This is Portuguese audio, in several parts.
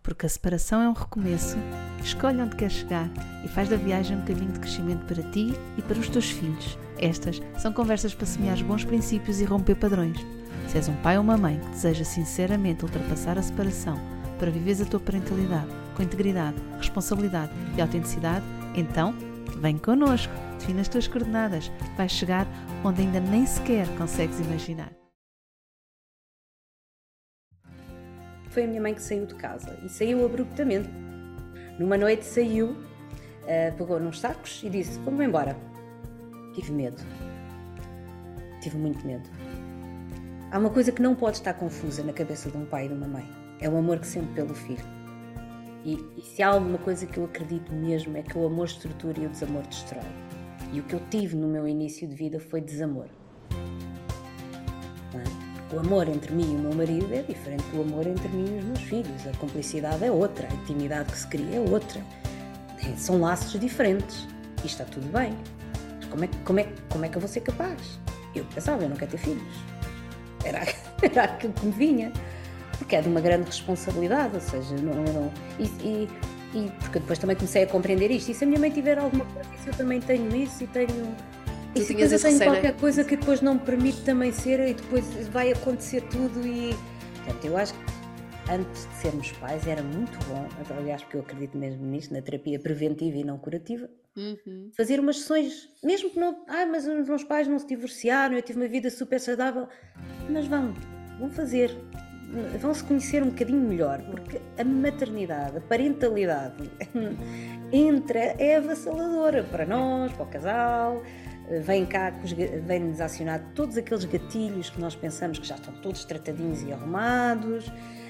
Porque a separação é um recomeço, escolhe onde queres chegar e faz da viagem um caminho de crescimento para ti e para os teus filhos. Estas são conversas para semear bons princípios e romper padrões. Se és um pai ou uma mãe que deseja sinceramente ultrapassar a separação para viveres a tua parentalidade com integridade, responsabilidade e autenticidade, então vem connosco, define as tuas coordenadas, vais chegar onde ainda nem sequer consegues imaginar. Foi a minha mãe que saiu de casa e saiu abruptamente. Numa noite saiu, pegou nos sacos e disse: vamos embora. Tive medo. Tive muito medo. Há uma coisa que não pode estar confusa na cabeça de um pai e de uma mãe. É o amor que sente pelo filho. E se há alguma coisa que eu acredito mesmo é que o amor estrutura e o desamor destrói. E o que eu tive no meu início de vida foi desamor. Não é? O amor entre mim e o meu marido é diferente do amor entre mim e os meus filhos. A cumplicidade é outra, a intimidade que se cria é outra. São laços diferentes. E está tudo bem. Mas como é que eu vou ser capaz? Eu pensava, eu não quero ter filhos. Era aquilo que me vinha. Porque é de uma grande responsabilidade, ou seja, porque depois também comecei a compreender isto. E se a minha mãe tiver alguma coisa, eu também tenho isso e tenho... E se depois eu tenho qualquer coisa que depois não me permite também ser, e depois vai acontecer tudo e... Portanto, eu acho que antes de sermos pais era muito bom, aliás, porque eu acredito mesmo nisto, na terapia preventiva e não curativa, fazer umas sessões, mesmo que não... mas os meus pais não se divorciaram, eu tive uma vida super saudável, mas vão fazer... Vão-se conhecer um bocadinho melhor, porque a maternidade, a parentalidade é avassaladora para nós, para o casal, vem-nos acionar todos aqueles gatilhos que nós pensamos que já estão todos tratadinhos e arrumados,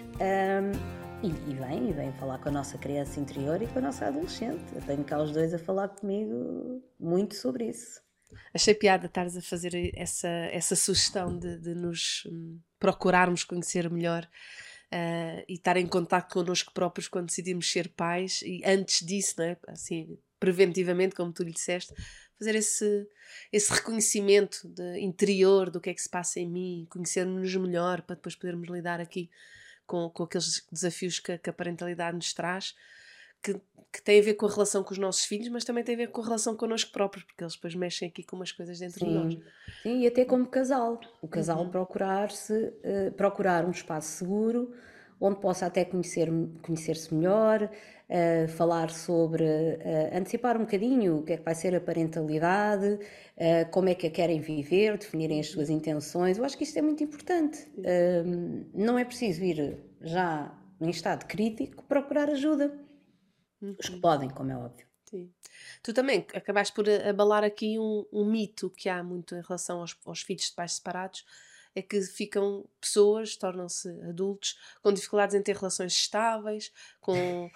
e vem falar com a nossa criança interior e com a nossa adolescente. Eu tenho cá os dois a falar comigo muito sobre isso. Achei piada estares a fazer essa sugestão de nos procurarmos conhecer melhor e estar em contacto connosco próprios quando decidimos ser pais, e antes disso, não é? Assim, preventivamente, como tu lhe disseste, fazer esse reconhecimento interior do que é que se passa em mim, conhecermos-nos melhor para depois podermos lidar aqui com aqueles desafios que a parentalidade nos traz, que tem a ver com a relação com os nossos filhos, mas também tem a ver com a relação connosco próprios, porque eles depois mexem aqui com umas coisas dentro de nós. Sim, e até como casal. O casal procurar um espaço seguro, onde possa até conhecer-se melhor, falar sobre, antecipar um bocadinho o que é que vai ser a parentalidade, como é que a querem viver, definirem as suas intenções. Eu acho que isto é muito importante. Não é preciso ir já em estado crítico procurar ajuda. Os que podem, como é óbvio. Sim. Tu também acabaste por abalar aqui um mito que há muito em relação aos filhos de pais separados, é que ficam pessoas, tornam-se adultos com dificuldades em ter relações estáveis, com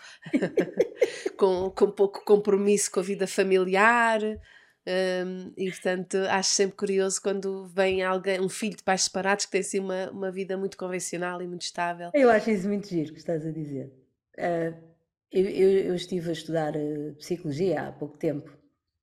pouco compromisso com a vida familiar, e portanto acho sempre curioso quando vem um filho de pais separados que tem assim uma vida muito convencional e muito estável. Eu acho isso muito giro que estás a dizer. Eu estive a estudar psicologia há pouco tempo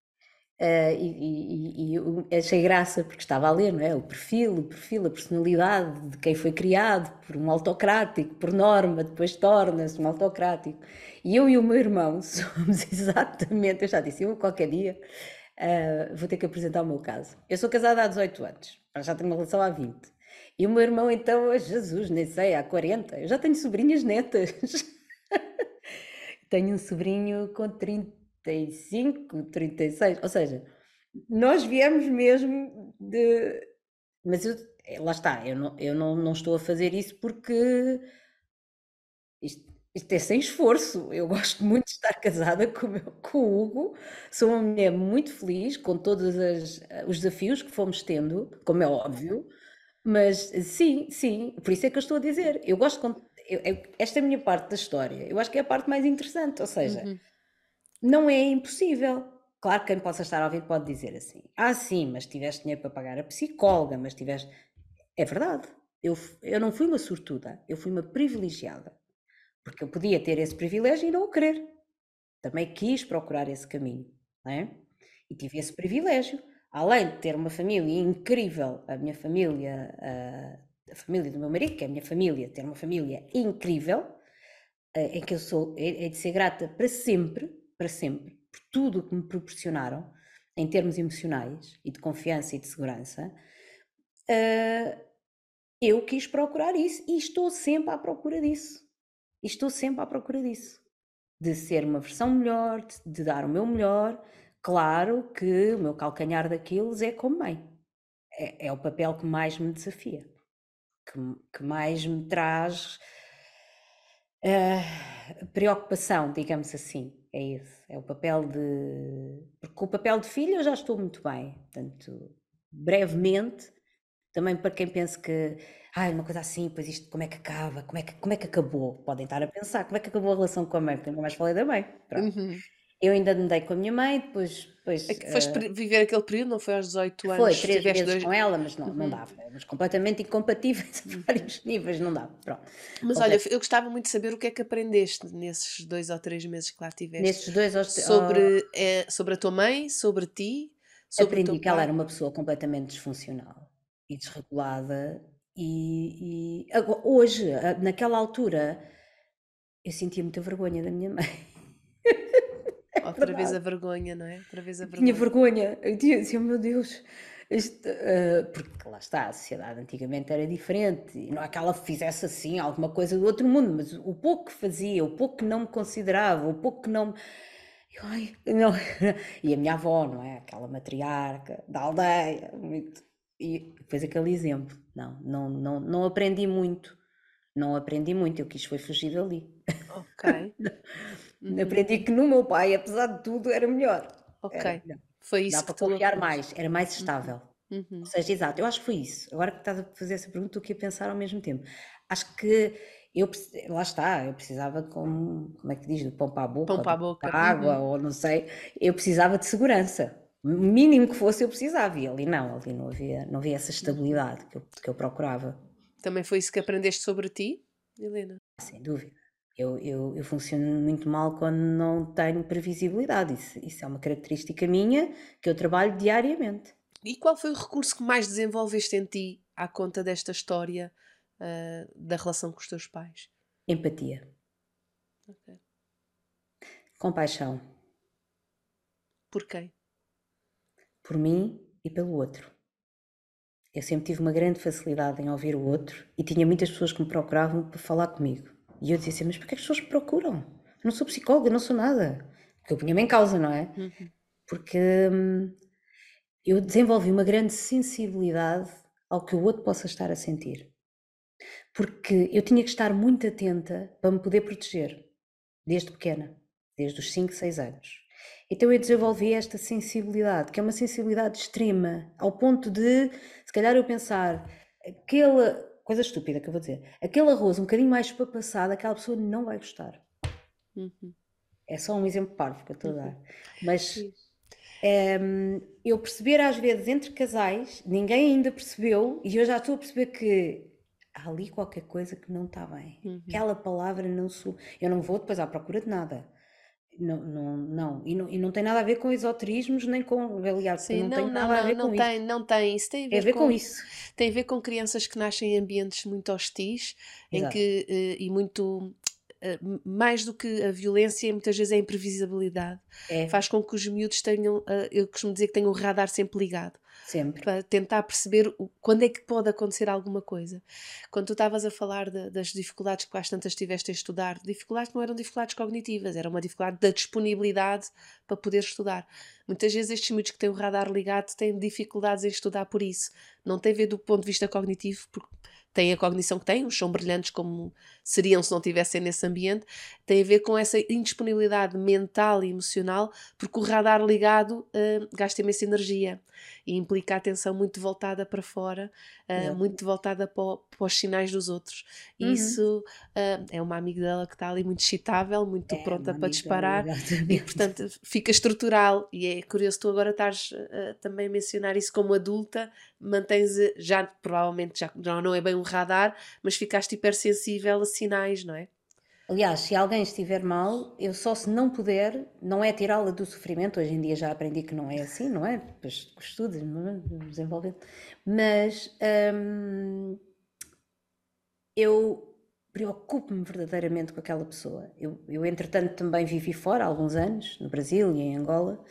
e eu achei graça porque estava a ler, não é? O perfil, a personalidade de quem foi criado por um autocrático, por norma, depois torna-se um autocrático. E eu e o meu irmão somos exatamente, eu já disse, eu qualquer dia vou ter que apresentar o meu caso. Eu sou casada há 18 anos, já tenho uma relação há 20. E o meu irmão então, Jesus, nem sei, há 40. Eu já tenho sobrinhas netas. Tenho um sobrinho com 35, 36, ou seja, nós viemos mesmo de... Mas lá está, eu não estou a fazer isso porque isto é sem esforço. Eu gosto muito de estar casada com o Hugo, sou uma mulher muito feliz com todos os desafios que fomos tendo, como é óbvio, mas sim, por isso é que eu estou a dizer, eu gosto esta é a minha parte da história, eu acho que é a parte mais interessante, ou seja, não é impossível. Claro que quem possa estar a ouvir pode dizer assim, sim, mas tiveste dinheiro para pagar a psicóloga, mas tiveste... É verdade, eu não fui uma sortuda, eu fui uma privilegiada, porque eu podia ter esse privilégio e não o querer. Também quis procurar esse caminho, não é? E tive esse privilégio. Além de ter uma família incrível, a minha família, a família do meu marido, que é a minha família, ter uma família incrível, em que eu sou, é de ser grata para sempre, por tudo o que me proporcionaram, em termos emocionais e de confiança e de segurança, eu quis procurar isso e estou sempre à procura disso. E estou sempre à procura disso. De ser uma versão melhor, de dar o meu melhor. Claro que o meu calcanhar daqueles é como mãe. É o papel que mais me desafia, que mais me traz preocupação, digamos assim. É esse. É o papel de. Porque o papel de filha eu já estou muito bem. Portanto, brevemente, também para quem pensa que uma coisa assim, pois isto como é que acaba? Como é que acabou? Podem estar a pensar, como é que acabou a relação com a mãe? Porque nunca mais falei da mãe. Pronto. Uhum. Eu ainda me dei com a minha mãe, depois É que foste viver aquele período, não foi aos 18 foi anos? 3 Tiveste vezes com ela, mas não Uhum. dava. Éramos completamente incompatíveis a vários níveis, não dava. Pronto. Mas olha, eu gostava muito de saber o que é que aprendeste nesses 2 ou 3 meses que lá tiveste. Nestes 2 sobre a tua mãe, sobre ti, sobre o teu aprendi que ela era pai. uma pessoa completamente disfuncional e desregulada e hoje, naquela altura, eu sentia muita vergonha da minha mãe. Outra vez Verdade. a vergonha, não é? Outra vez a Tinha vergonha. vergonha. Eu tinha assim, oh meu Deus, porque lá está, a sociedade antigamente era diferente, e não é que ela fizesse assim alguma coisa do outro mundo, mas o pouco que fazia, o pouco que não me considerava, o pouco que não me. Ai, não. E a minha avó, não é? Aquela matriarca da aldeia, muito. E depois aquele exemplo. Não aprendi muito. Não aprendi muito, eu quis foi fugir dali. Ok. Aprendi que no meu pai, apesar de tudo, era melhor. Era Ok. melhor. Foi Dá isso que para tu confiar aprendeste. mais, era mais estável. Ou Uhum. seja, exato, eu acho que foi isso. Agora que estás a fazer essa pergunta, estou aqui a pensar ao mesmo tempo. Acho que lá está, eu precisava, como é que diz, do pão para a boca, Pão ou para do a pão boca. para a água, ou não sei, eu precisava de segurança. O mínimo que fosse eu precisava, e ali não havia essa estabilidade que eu procurava. Também foi isso que aprendeste sobre ti, Helena? Sem dúvida. Eu funciono muito mal quando não tenho previsibilidade. Isso é uma característica minha que eu trabalho diariamente. E qual foi o recurso que mais desenvolveste em ti à conta desta história da relação com os teus pais? Empatia, Ok. compaixão, Por quem? por mim e pelo outro. Eu sempre tive uma grande facilidade em ouvir o outro e tinha muitas pessoas que me procuravam para falar comigo. E eu dizia assim, mas porquê as pessoas me procuram? Eu não sou psicóloga, não sou nada. Porque eu punha-me em causa, não é? Uhum. Porque eu desenvolvi uma grande sensibilidade ao que o outro possa estar a sentir. Porque eu tinha que estar muito atenta para me poder proteger, desde pequena, desde os 5, 6 anos. Então eu desenvolvi esta sensibilidade, que é uma sensibilidade extrema, ao ponto de, se calhar eu pensar, aquela coisa estúpida que eu vou dizer, aquele arroz um bocadinho mais espapassado, aquela pessoa não vai gostar. Uhum. É só um exemplo parvo que eu estou a dar. Mas Sim. eu perceber às vezes entre casais, ninguém ainda percebeu, e eu já estou a perceber que há ali qualquer coisa que não está bem. Uhum. Aquela palavra não sou. Eu não vou depois à procura de nada. Não. E não tem nada a ver com esoterismos, nem com. Aliás, Sim, não tem nada a ver com isso. não tem. Isso tem a Tem a ver ver com com, isso. tem a ver com crianças que nascem em ambientes muito hostis, em Exato. que, e muito, mais do que a violência, muitas vezes é a imprevisibilidade. É, Faz com que os miúdos tenham, eu costumo dizer que tenham o radar sempre ligado, sempre. para tentar perceber quando é que pode acontecer alguma coisa. Quando tu estavas a falar das dificuldades que às tantas tiveste a estudar, dificuldades não eram dificuldades cognitivas, era uma dificuldade da disponibilidade para poder estudar. Muitas vezes estes miúdos que têm o radar ligado têm dificuldades em estudar por isso. Não tem a ver do ponto de vista cognitivo, porque têm a cognição que têm, os são brilhantes como seriam se não estivessem nesse ambiente, tem a ver com essa indisponibilidade mental e emocional, porque o radar ligado gasta imensa energia e implica a atenção muito voltada para fora, muito voltada para os sinais dos outros. E isso é uma amígdala que está ali muito excitável, muito É pronta uma para disparar, exatamente. e portanto fica estrutural. E é curioso, tu agora estás também a mencionar isso como adulta, mantens, já provavelmente já não é bem um radar, mas ficaste hipersensível a sinais, não é? Aliás, se alguém estiver mal, eu só se não puder, não é tirá-la do sofrimento, hoje em dia já aprendi que não é assim, não é? Depois com estudos, não é? Desenvolvendo. Mas eu preocupo-me verdadeiramente com aquela pessoa. Eu, entretanto, também vivi fora há alguns anos, no Brasil e em Angola,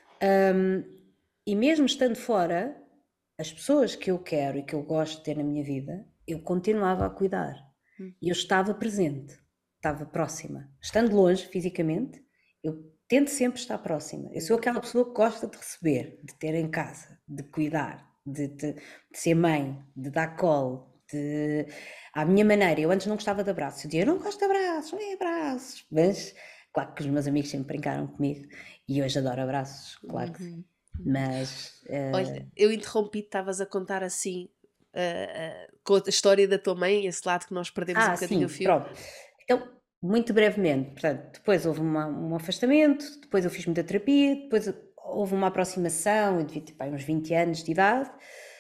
e mesmo estando fora, as pessoas que eu quero e que eu gosto de ter na minha vida, eu continuava a cuidar. E eu estava presente, estava próxima. Estando longe, fisicamente, eu tento sempre estar próxima. Eu sou aquela pessoa que gosta de receber, de ter em casa, de cuidar, de ser mãe, de dar colo, à minha maneira. Eu antes não gostava de abraços. Eu dizia, eu não gosto de abraços, nem abraços. Mas, claro que os meus amigos sempre brincaram comigo. E hoje adoro abraços, claro que sim. Mas... Olha, eu interrompi, estavas a contar assim, com a história da tua mãe, esse lado que nós perdemos um bocadinho o fio. Pronto. Então, muito brevemente, portanto, depois houve um afastamento, depois eu fiz muita terapia, depois houve uma aproximação, eu devia ter uns 20 anos de idade.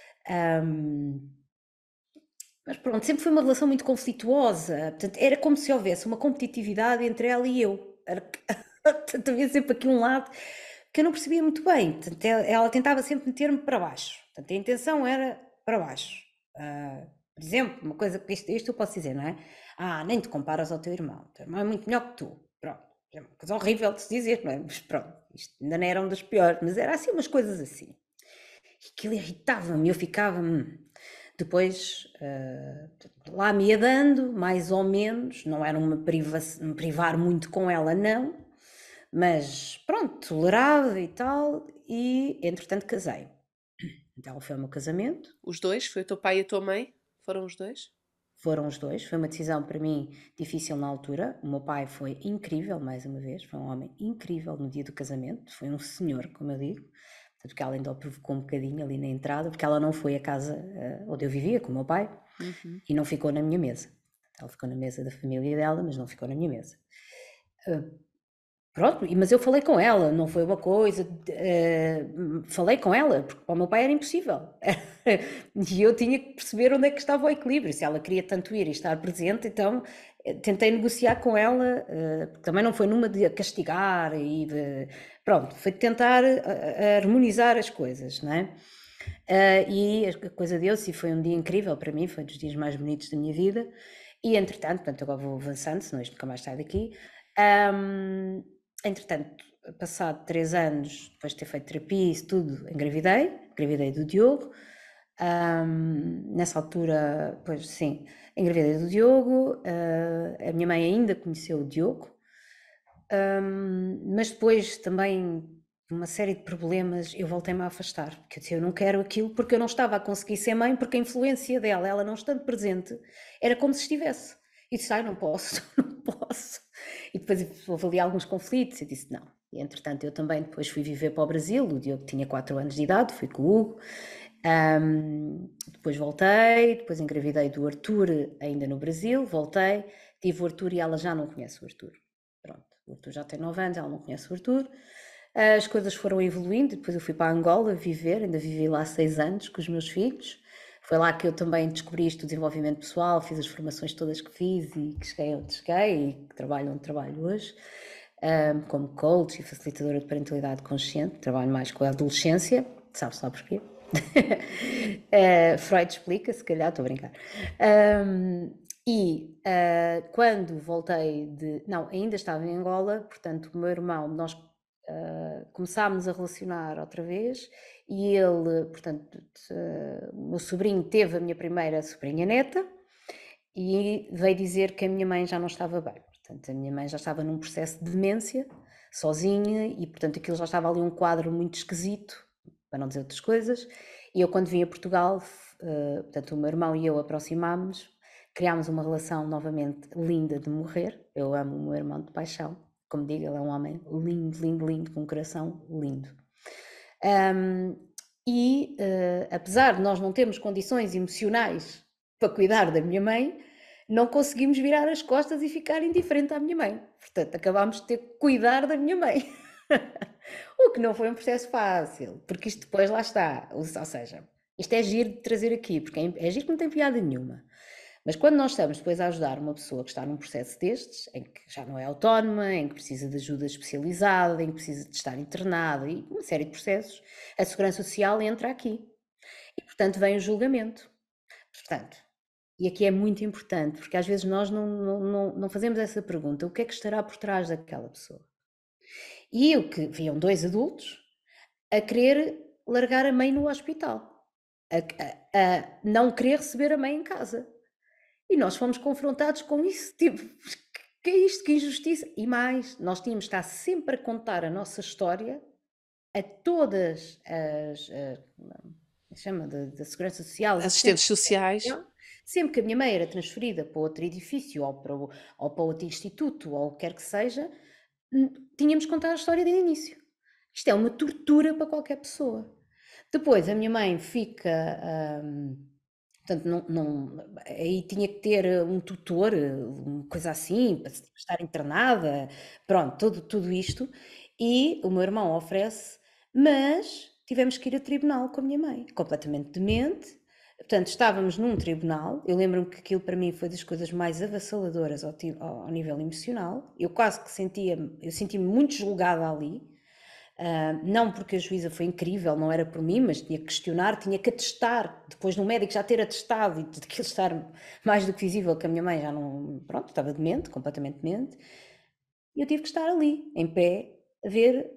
Mas pronto, sempre foi uma relação muito conflituosa. Portanto, era como se houvesse uma competitividade entre ela e eu. Portanto, havia sempre aqui um lado que eu não percebia muito bem. Portanto, ela tentava sempre meter-me para baixo. Portanto, a intenção era para baixo. Por exemplo, uma coisa que isto eu posso dizer, não é? Nem te comparas ao teu irmão. O teu irmão é muito melhor que tu. Pronto. É uma coisa horrível de se dizer, não é? Mas pronto, isto ainda não era um dos piores. Mas era assim umas coisas assim. E aquilo irritava-me. Eu ficava... Depois, lá me ia dando, mais ou menos, não era me privar muito com ela, não, mas pronto, tolerava e tal, e entretanto casei. Então foi o meu casamento. Os dois? Foi o teu pai e a tua mãe? Foram os dois? Foram os dois, foi uma decisão para mim difícil na altura. O meu pai foi incrível, mais uma vez, foi um homem incrível no dia do casamento, foi um senhor, como eu digo. Porque ela ainda o provocou um bocadinho ali na entrada, porque ela não foi à casa onde eu vivia com o meu pai e não ficou na minha mesa. Ela ficou na mesa da família dela, mas não ficou na minha mesa. Pronto, mas eu falei com ela, não foi uma coisa... falei com ela, porque para o meu pai era impossível. E eu tinha que perceber onde é que estava o equilíbrio. Se ela queria tanto ir e estar presente, então tentei negociar com ela, porque também não foi numa de castigar e de... Pronto, foi de tentar harmonizar as coisas, não é? E a coisa deu-se e foi um dia incrível para mim, foi um dos dias mais bonitos da minha vida. E entretanto, portanto, agora vou avançando, senão isto nunca mais sai daqui. Entretanto, passado 3 anos, depois de ter feito terapia, isso tudo, engravidei do Diogo. Nessa altura, pois sim, engravidei do Diogo. A minha mãe ainda conheceu o Diogo, mas depois também uma série de problemas eu voltei-me a afastar, porque eu disse, eu não quero aquilo, porque eu não estava a conseguir ser mãe, porque a influência dela, ela não estando presente, era como se estivesse. E disse, não posso, não posso. E depois houve ali alguns conflitos, e disse, não. E entretanto eu também depois fui viver para o Brasil, o Diogo tinha 4 anos de idade, fui com o Hugo. Depois voltei, depois engravidei do Arthur ainda no Brasil, voltei, tive o Arthur e ela já não conhece o Arthur. Pronto, o Arthur já tem 9 anos, ela não conhece o Arthur. As coisas foram evoluindo, depois eu fui para Angola viver, ainda vivi lá 6 anos com os meus filhos. Foi lá que eu também descobri isto do desenvolvimento pessoal, fiz as formações todas que fiz e que cheguei onde cheguei e que trabalho onde trabalho hoje, como coach e facilitadora de parentalidade consciente. Trabalho mais com a adolescência, sabes lá porquê? Freud explica, se calhar, estou a brincar. Quando voltei não, ainda estava em Angola, portanto o meu irmão, nós começámos a relacionar outra vez e ele, portanto, o meu sobrinho teve a minha primeira sobrinha neta e veio dizer que a minha mãe já não estava bem. Portanto, a minha mãe já estava num processo de demência, sozinha, e portanto aquilo já estava ali um quadro muito esquisito, para não dizer outras coisas. E eu, quando vim a Portugal, portanto o meu irmão e eu aproximámos, criámos uma relação novamente linda de morrer. Eu amo o meu irmão de paixão, como digo, ele é um homem lindo, lindo, lindo, com um coração lindo. Apesar de nós não termos condições emocionais para cuidar da minha mãe, não conseguimos virar as costas e ficar indiferente à minha mãe. Portanto, acabámos de ter que cuidar da minha mãe. O que não foi um processo fácil, porque isto depois lá está. Ou seja, isto é giro de trazer aqui, porque é giro que não tem piada nenhuma. Mas quando nós estamos depois a ajudar uma pessoa que está num processo destes, em que já não é autónoma, em que precisa de ajuda especializada, em que precisa de estar internada e uma série de processos, a Segurança Social entra aqui. E, portanto, vem o julgamento. Portanto, E aqui é muito importante, porque às vezes nós não fazemos essa pergunta, o que é que estará por trás daquela pessoa? E o que viam 2 adultos a querer largar a mãe no hospital, a não querer receber a mãe em casa. E nós fomos confrontados com isso, tipo, que é isto, que injustiça? E mais, nós tínhamos de estar sempre a contar a nossa história a todas as, chama da Segurança Social, assistentes sociais. Sempre que a minha mãe era transferida para outro edifício ou para outro instituto ou o que quer que seja, tínhamos que contar a história desde o início. Isto é uma tortura para qualquer pessoa. Depois a minha mãe fica, portanto, aí tinha que ter um tutor, uma coisa assim, para estar internada, pronto, tudo isto. E o meu irmão oferece, mas tivemos que ir a tribunal com a minha mãe, completamente demente. Portanto, estávamos num tribunal, eu lembro-me que aquilo para mim foi das coisas mais avassaladoras ao nível emocional. Eu quase que senti-me muito julgada ali. Não porque a juíza foi incrível, não era por mim, mas tinha que questionar, tinha que atestar, depois no médico já ter atestado e de aquilo estar mais do que visível, que a minha mãe já não, pronto, estava demente, completamente demente, e eu tive que estar ali, em pé, a ver,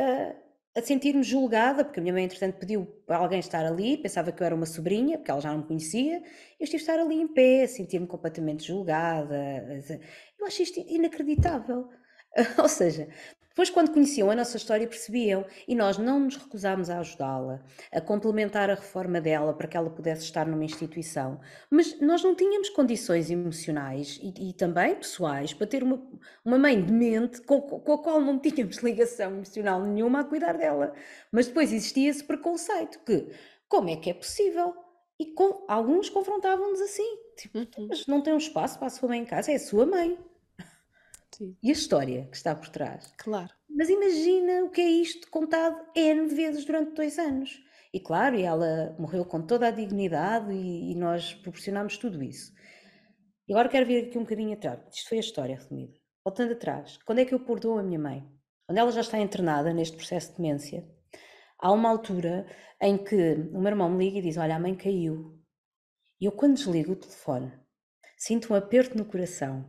a sentir-me julgada, porque a minha mãe entretanto pediu para alguém estar ali, pensava que eu era uma sobrinha, porque ela já não me conhecia, eu estive a estar ali em pé, a sentir-me completamente julgada, eu acho isto inacreditável, ou seja, depois, quando conheciam a nossa história, percebiam, e nós não nos recusámos a ajudá-la, a complementar a reforma dela para que ela pudesse estar numa instituição, mas nós não tínhamos condições emocionais e também pessoais para ter uma mãe demente com a qual não tínhamos ligação emocional nenhuma a cuidar dela. Mas depois existia esse preconceito que, como é que é possível? E alguns confrontavam-nos assim, tipo, mas não tem um espaço para a sua mãe em casa, é a sua mãe. Sim. E a história que está por trás? Claro. Mas imagina o que é isto contado N vezes durante 2 anos. E claro, ela morreu com toda a dignidade e nós proporcionámos tudo isso. E agora quero vir aqui um bocadinho atrás. Isto foi a história resumida. Voltando atrás, quando é que eu perdoo a minha mãe? Quando ela já está internada neste processo de demência, há uma altura em que o meu irmão me liga e diz: olha, a mãe caiu. E eu, quando desligo o telefone, sinto um aperto no coração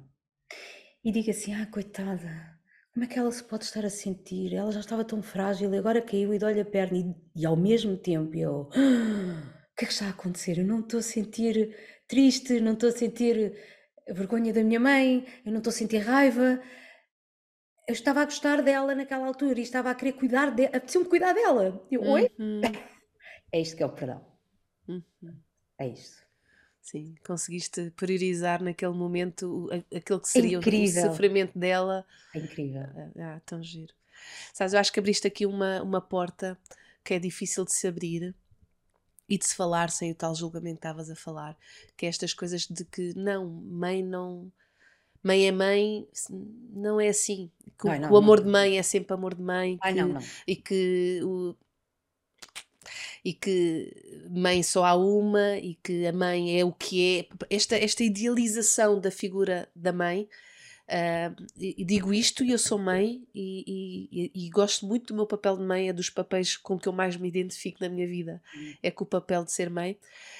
e digo assim: coitada, como é que ela se pode estar a sentir? Ela já estava tão frágil e agora caiu e dói-lhe a perna e ao mesmo tempo eu, o que é que está a acontecer? Eu não estou a sentir triste, não estou a sentir a vergonha da minha mãe, eu não estou a sentir raiva. Eu estava a gostar dela naquela altura e estava a querer cuidar dela, apetecia-me cuidar dela. Eu, oi? É isto que é o perdão. É isto. Sim, conseguiste priorizar naquele momento aquele que seria o sofrimento dela. É incrível. Tão giro. Sabes, eu acho que abriste aqui uma porta que é difícil de se abrir e de se falar sem o tal julgamento que estavas a falar, que é estas coisas de que não, mãe é mãe, não é assim. Que o amor de mãe é sempre amor de mãe. E que mãe só há uma e que a mãe é o que é. Esta idealização da figura da mãe, e digo isto e eu sou mãe e gosto muito do meu papel de mãe, é dos papéis com que eu mais me identifico na minha vida, é com o papel de ser mãe,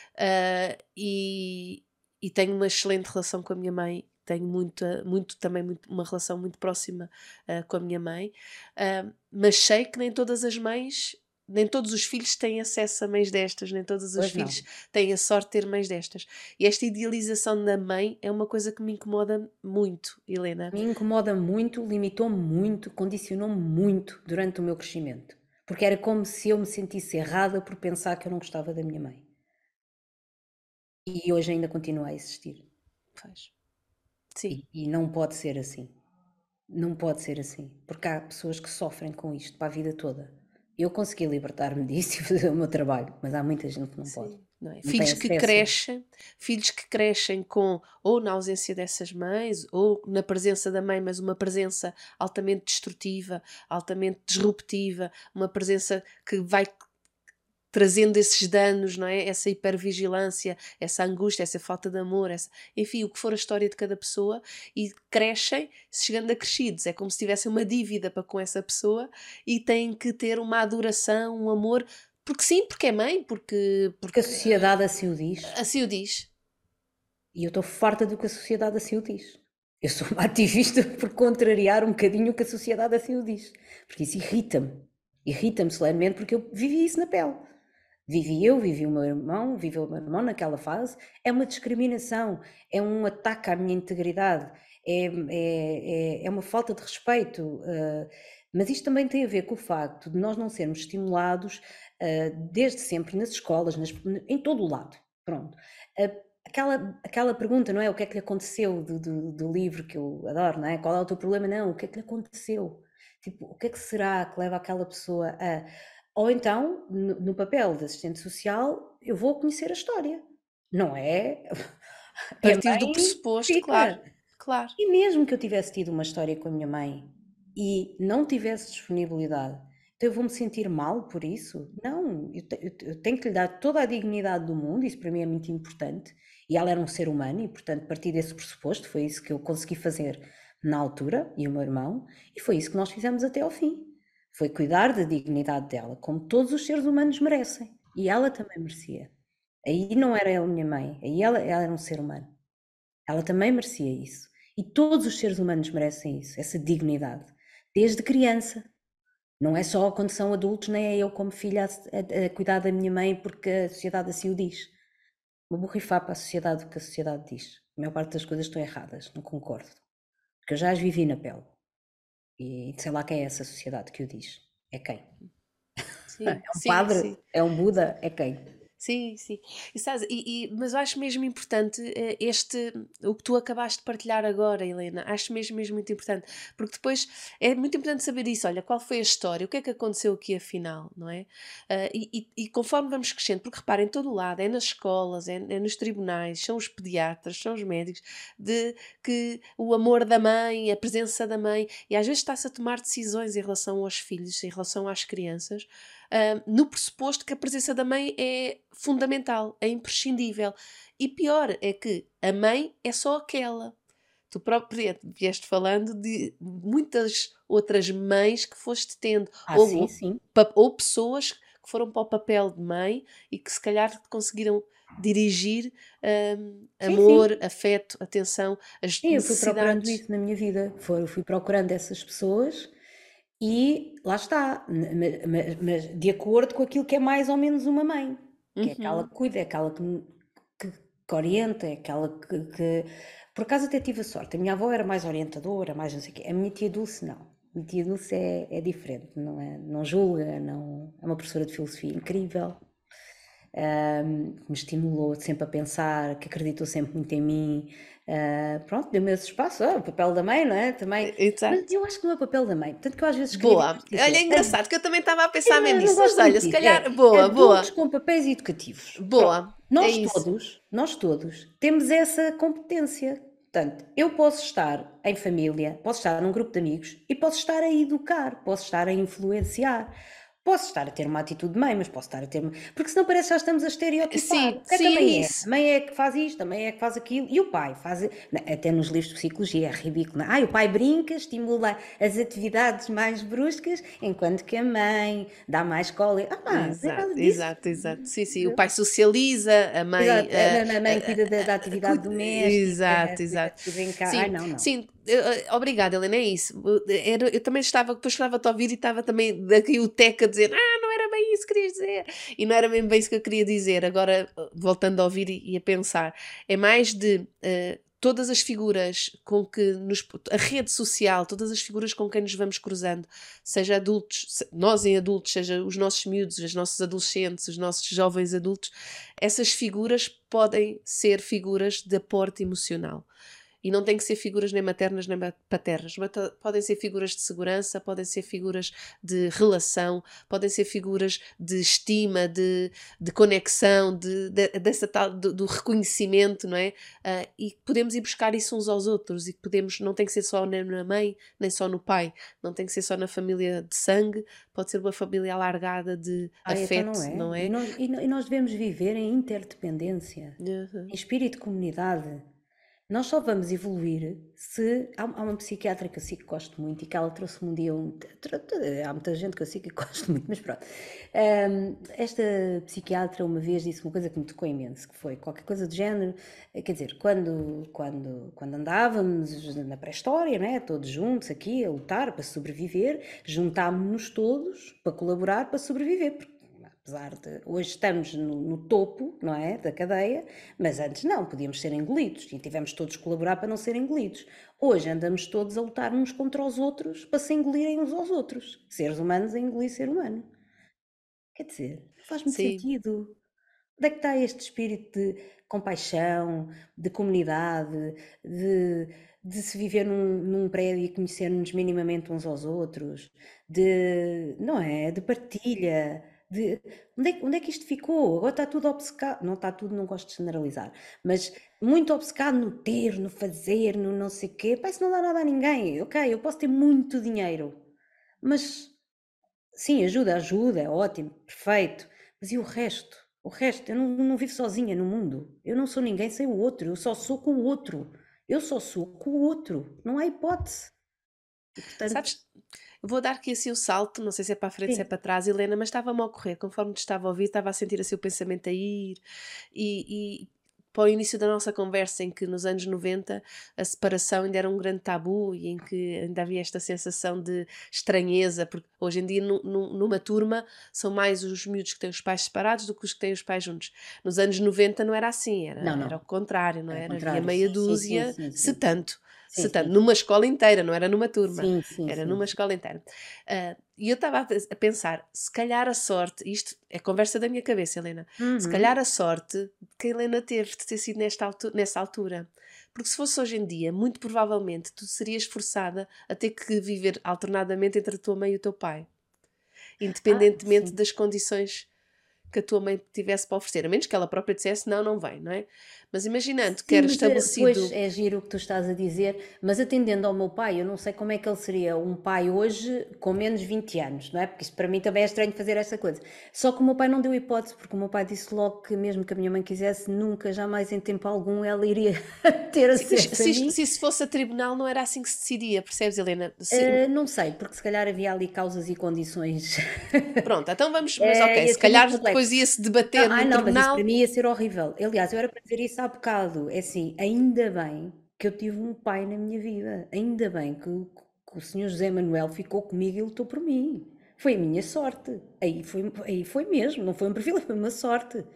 e tenho uma excelente relação com a minha mãe, tenho uma relação muito próxima com a minha mãe, mas sei que nem todas as mães, nem todos os filhos têm acesso a mães destas, nem todos os filhos têm a sorte de ter mães destas. E esta idealização da mãe é uma coisa que me incomoda muito, Helena. Me incomoda muito, limitou-me muito, condicionou-me muito durante o meu crescimento. Porque era como se eu me sentisse errada por pensar que eu não gostava da minha mãe. E hoje ainda continua a existir. Pois. Sim. E não pode ser assim. Não pode ser assim. Porque há pessoas que sofrem com isto para a vida toda. Eu consegui libertar-me disso e fazer o meu trabalho, mas há muita gente que não pode. Não é? Filhos que crescem com ou na ausência dessas mães ou na presença da mãe, mas uma presença altamente destrutiva, altamente disruptiva, uma presença que vai trazendo esses danos, não é? Essa hipervigilância, essa angústia, essa falta de amor, enfim, o que for a história de cada pessoa, e crescem, chegando a crescidos, é como se tivessem uma dívida para com essa pessoa e têm que ter uma adoração, um amor, porque sim, porque é mãe, porque a sociedade assim o diz. Assim o diz. E eu estou farta do que a sociedade assim o diz. Eu sou uma ativista por contrariar um bocadinho o que a sociedade assim o diz. Porque isso irrita-me. Irrita-me solenemente porque eu vivi isso na pele. Vivi eu, vivi o meu irmão, viveu o meu irmão naquela fase. É uma discriminação, é um ataque à minha integridade, é uma falta de respeito. Mas isto também tem a ver com o facto de nós não sermos estimulados desde sempre nas escolas, em todo o lado. Pronto. Aquela pergunta, não é? O que é que lhe aconteceu do livro que eu adoro, não é? Qual é o teu problema? Não, o que é que lhe aconteceu? Tipo, o que é que será que leva aquela pessoa a... Ou então, no papel de assistente social, eu vou conhecer a história, não é? Partir do pressuposto, claro, claro. E mesmo que eu tivesse tido uma história com a minha mãe e não tivesse disponibilidade, então eu vou-me sentir mal por isso? Não, eu tenho que lhe dar toda a dignidade do mundo, isso para mim é muito importante. E ela era um ser humano e, portanto, partir desse pressuposto, foi isso que eu consegui fazer na altura, e o meu irmão, e foi isso que nós fizemos até ao fim. Foi cuidar da dignidade dela, como todos os seres humanos merecem. E ela também merecia. Aí não era ela minha mãe, aí ela era um ser humano. Ela também merecia isso. E todos os seres humanos merecem isso, essa dignidade. Desde criança. Não é só quando são adultos, nem é eu como filha a cuidar da minha mãe porque a sociedade assim o diz. Vou borrifar para a sociedade o que a sociedade diz. A maior parte das coisas estão erradas, não concordo. Porque eu já as vivi na pele. E sei lá quem é essa sociedade que o diz. É quem? Sim, É um padre? sim. É um Buda? É quem? Sim, sim. Mas eu acho mesmo importante o que tu acabaste de partilhar agora, Helena. Acho mesmo muito importante. Porque depois é muito importante saber isso. Olha, qual foi a história? O que é que aconteceu aqui afinal, não é? E conforme vamos crescendo, porque reparem, em todo o lado, é nas escolas, é nos tribunais, são os pediatras, são os médicos, de que o amor da mãe, a presença da mãe, e às vezes está-se a tomar decisões em relação aos filhos, em relação às crianças, no pressuposto que a presença da mãe é fundamental, é imprescindível. E pior é que a mãe é só aquela. Tu próprio vieste falando de muitas outras mães que foste tendo. Sim. Ou pessoas que foram para o papel de mãe e que se calhar conseguiram dirigir amor, afeto, atenção, as Sim, eu fui necessidades. procurando isso na minha vida. Fui procurando essas pessoas e lá está. Mas de acordo com aquilo que é mais ou menos uma mãe. Que é aquela que cuida, é aquela que orienta, é aquela que... Por acaso até tive a sorte. A minha avó era mais orientadora, mais não sei o quê. A minha tia Dulce não. A minha tia Dulce é diferente. Não julga, não... É uma professora de filosofia incrível. Que me estimulou sempre a pensar, que acreditou sempre muito em mim. Pronto, deu-me esse espaço. O papel da mãe, não é? Também. Exato. Mas eu acho que não é o papel da mãe. Tanto que eu às vezes escrevo. Boa. Olha, é engraçado que eu também estava a pensar mesmo Não nisso. gosto Mas olha, muito se disso. calhar. Boa. Adultos com papéis educativos. Boa. Pronto. Nós todos temos essa competência. Portanto, eu posso estar em família, posso estar num grupo de amigos e posso estar a educar, posso estar a influenciar. Posso estar a ter uma atitude de mãe, mas posso estar a ter... Porque senão parece que já estamos a estereotipar. Sim, O que é que a mãe é? isso. A mãe é que faz isto, a mãe é que faz aquilo. E o pai faz... Até nos livros de psicologia é ridículo. Não é? O pai brinca, estimula as atividades mais bruscas, enquanto que a mãe dá mais cólera. Exato. Sim. O pai socializa, a mãe... A mãe cuida da atividade doméstica. Exato. Não. Sim. Obrigada, Helena, é isso. Eu também depois estava-te a ouvir e estava também daqui o Teca a dizer não era bem isso que querias dizer. E não era mesmo bem isso que eu queria dizer. Agora, voltando a ouvir e a pensar, é mais de... todas as figuras com que a rede social, todas as figuras com quem nos vamos cruzando, seja adultos, nós em adultos, seja os nossos miúdos, os nossos adolescentes, os nossos jovens adultos, essas figuras podem ser figuras de aporte emocional. E não tem que ser figuras nem maternas nem paternas. Podem ser figuras de segurança, podem ser figuras de relação, podem ser figuras de estima, de conexão, dessa tal, do reconhecimento, não é? E podemos ir buscar isso uns aos outros. E não tem que ser só na mãe, nem só no pai. Não tem que ser só na família de sangue. Pode ser uma família alargada de afeto, então não é? E nós devemos viver em interdependência, em espírito de comunidade. Nós só vamos evoluir se. Há uma psiquiatra que eu sei que gosto muito e que ela trouxe-me um dia. Há muita gente que eu sei que gosto muito, mas pronto. Esta psiquiatra uma vez disse uma coisa que me tocou imenso, que foi qualquer coisa do género. Quer dizer, quando andávamos na pré-história, né, todos juntos aqui a lutar para sobreviver, juntámos-nos todos para colaborar para sobreviver. Apesar de hoje estamos no topo, não é, da cadeia, mas antes não, podíamos ser engolidos e tivemos todos que colaborar para não ser engolidos. Hoje andamos todos a lutar uns contra os outros para se engolirem uns aos outros. Seres humanos a engolir ser humano. Quer dizer, faz muito sentido. Onde é que está este espírito de compaixão, de comunidade, de se viver num prédio e conhecermos minimamente uns aos outros, não é? De partilha. Onde é que isto ficou? Agora está tudo obcecado, não está tudo, não gosto de generalizar, mas muito obcecado no ter, no fazer, no não sei o quê. Pá, isso não dá nada a ninguém. Ok, eu posso ter muito dinheiro, mas sim, ajuda, é ótimo, perfeito. Mas e o resto? O resto, eu não vivo sozinha no mundo. Eu não sou ninguém sem o outro, eu só sou com o outro. Eu só sou com o outro, não há hipótese. E, portanto, sabes, vou dar aqui assim o salto, não sei se é para a frente, se é para trás, Helena, mas estava-me a ocorrer, conforme te estava a ouvir, estava a sentir assim o pensamento a ir, e para o início da nossa conversa, em que nos anos 90 a separação ainda era um grande tabu e em que ainda havia esta sensação de estranheza, porque hoje em dia numa turma são mais os miúdos que têm os pais separados do que os que têm os pais juntos. Nos anos 90 não era assim, era o contrário, não era? Havia meia dúzia, se tanto. Numa escola inteira, não era numa turma, era numa escola inteira. E eu estava a pensar, se calhar a sorte, isto é conversa da minha cabeça, Helena, se calhar a sorte que a Helena teve de ter sido nessa altura. Porque se fosse hoje em dia, muito provavelmente tu serias forçada a ter que viver alternadamente entre a tua mãe e o teu pai. Independentemente das condições que a tua mãe tivesse para oferecer, a menos que ela própria dissesse não vem, não é? Mas imaginando que era estabelecido... Pois é giro o que tu estás a dizer, mas atendendo ao meu pai, eu não sei como é que ele seria um pai hoje com menos 20 anos, não é? Porque isso para mim também é estranho fazer essa coisa. Só que o meu pai não deu hipótese, porque o meu pai disse logo que mesmo que a minha mãe quisesse, nunca, jamais em tempo algum ela iria ter acesso a mim. Se isso fosse a tribunal não era assim que se decidia, percebes, Helena? Não sei, porque se calhar havia ali causas e condições. Pronto, então vamos, mas ok, se calhar depois ia-se debater no tribunal. Mas isso para mim ia ser horrível. Aliás, eu era para dizer isso há bocado. É assim, ainda bem que eu tive um pai na minha vida. Ainda bem que o senhor José Manuel ficou comigo e lutou por mim. Foi a minha sorte. Aí foi mesmo, não foi um privilégio, foi uma sorte.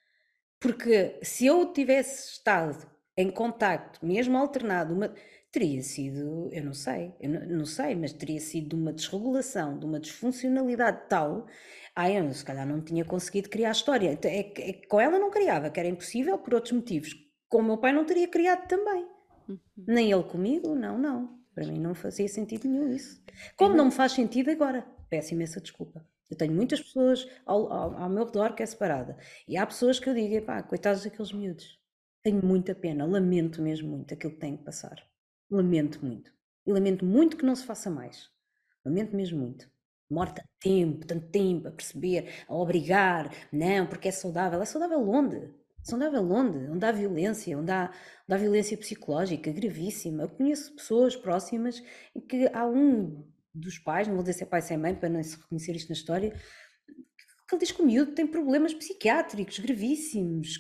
Porque se eu tivesse estado em contacto, mesmo alternado, teria sido, eu não sei, mas teria sido de uma desregulação, de uma disfuncionalidade tal, eu se calhar não tinha conseguido criar a história. Com ela não criava, que era impossível por outros motivos. Com o meu pai não teria criado também. Nem ele comigo, não. Para mim não fazia sentido nenhum isso. Como não me faz sentido agora. Peço imensa desculpa. Eu tenho muitas pessoas ao meu redor que é separada. E há pessoas que eu digo, coitados daqueles miúdos. Tenho muita pena, lamento mesmo muito aquilo que tenho que passar. Lamento muito. E lamento muito que não se faça mais. Lamento mesmo muito. Demora tanto tempo a perceber, a obrigar. Não, porque é saudável. É saudável onde? Saudável onde? Onde há violência, onde há violência psicológica gravíssima. Eu conheço pessoas próximas em que há um dos pais, não vou dizer se é pai ou se é mãe, para não se reconhecer isto na história, que ele diz que o miúdo tem problemas psiquiátricos gravíssimos,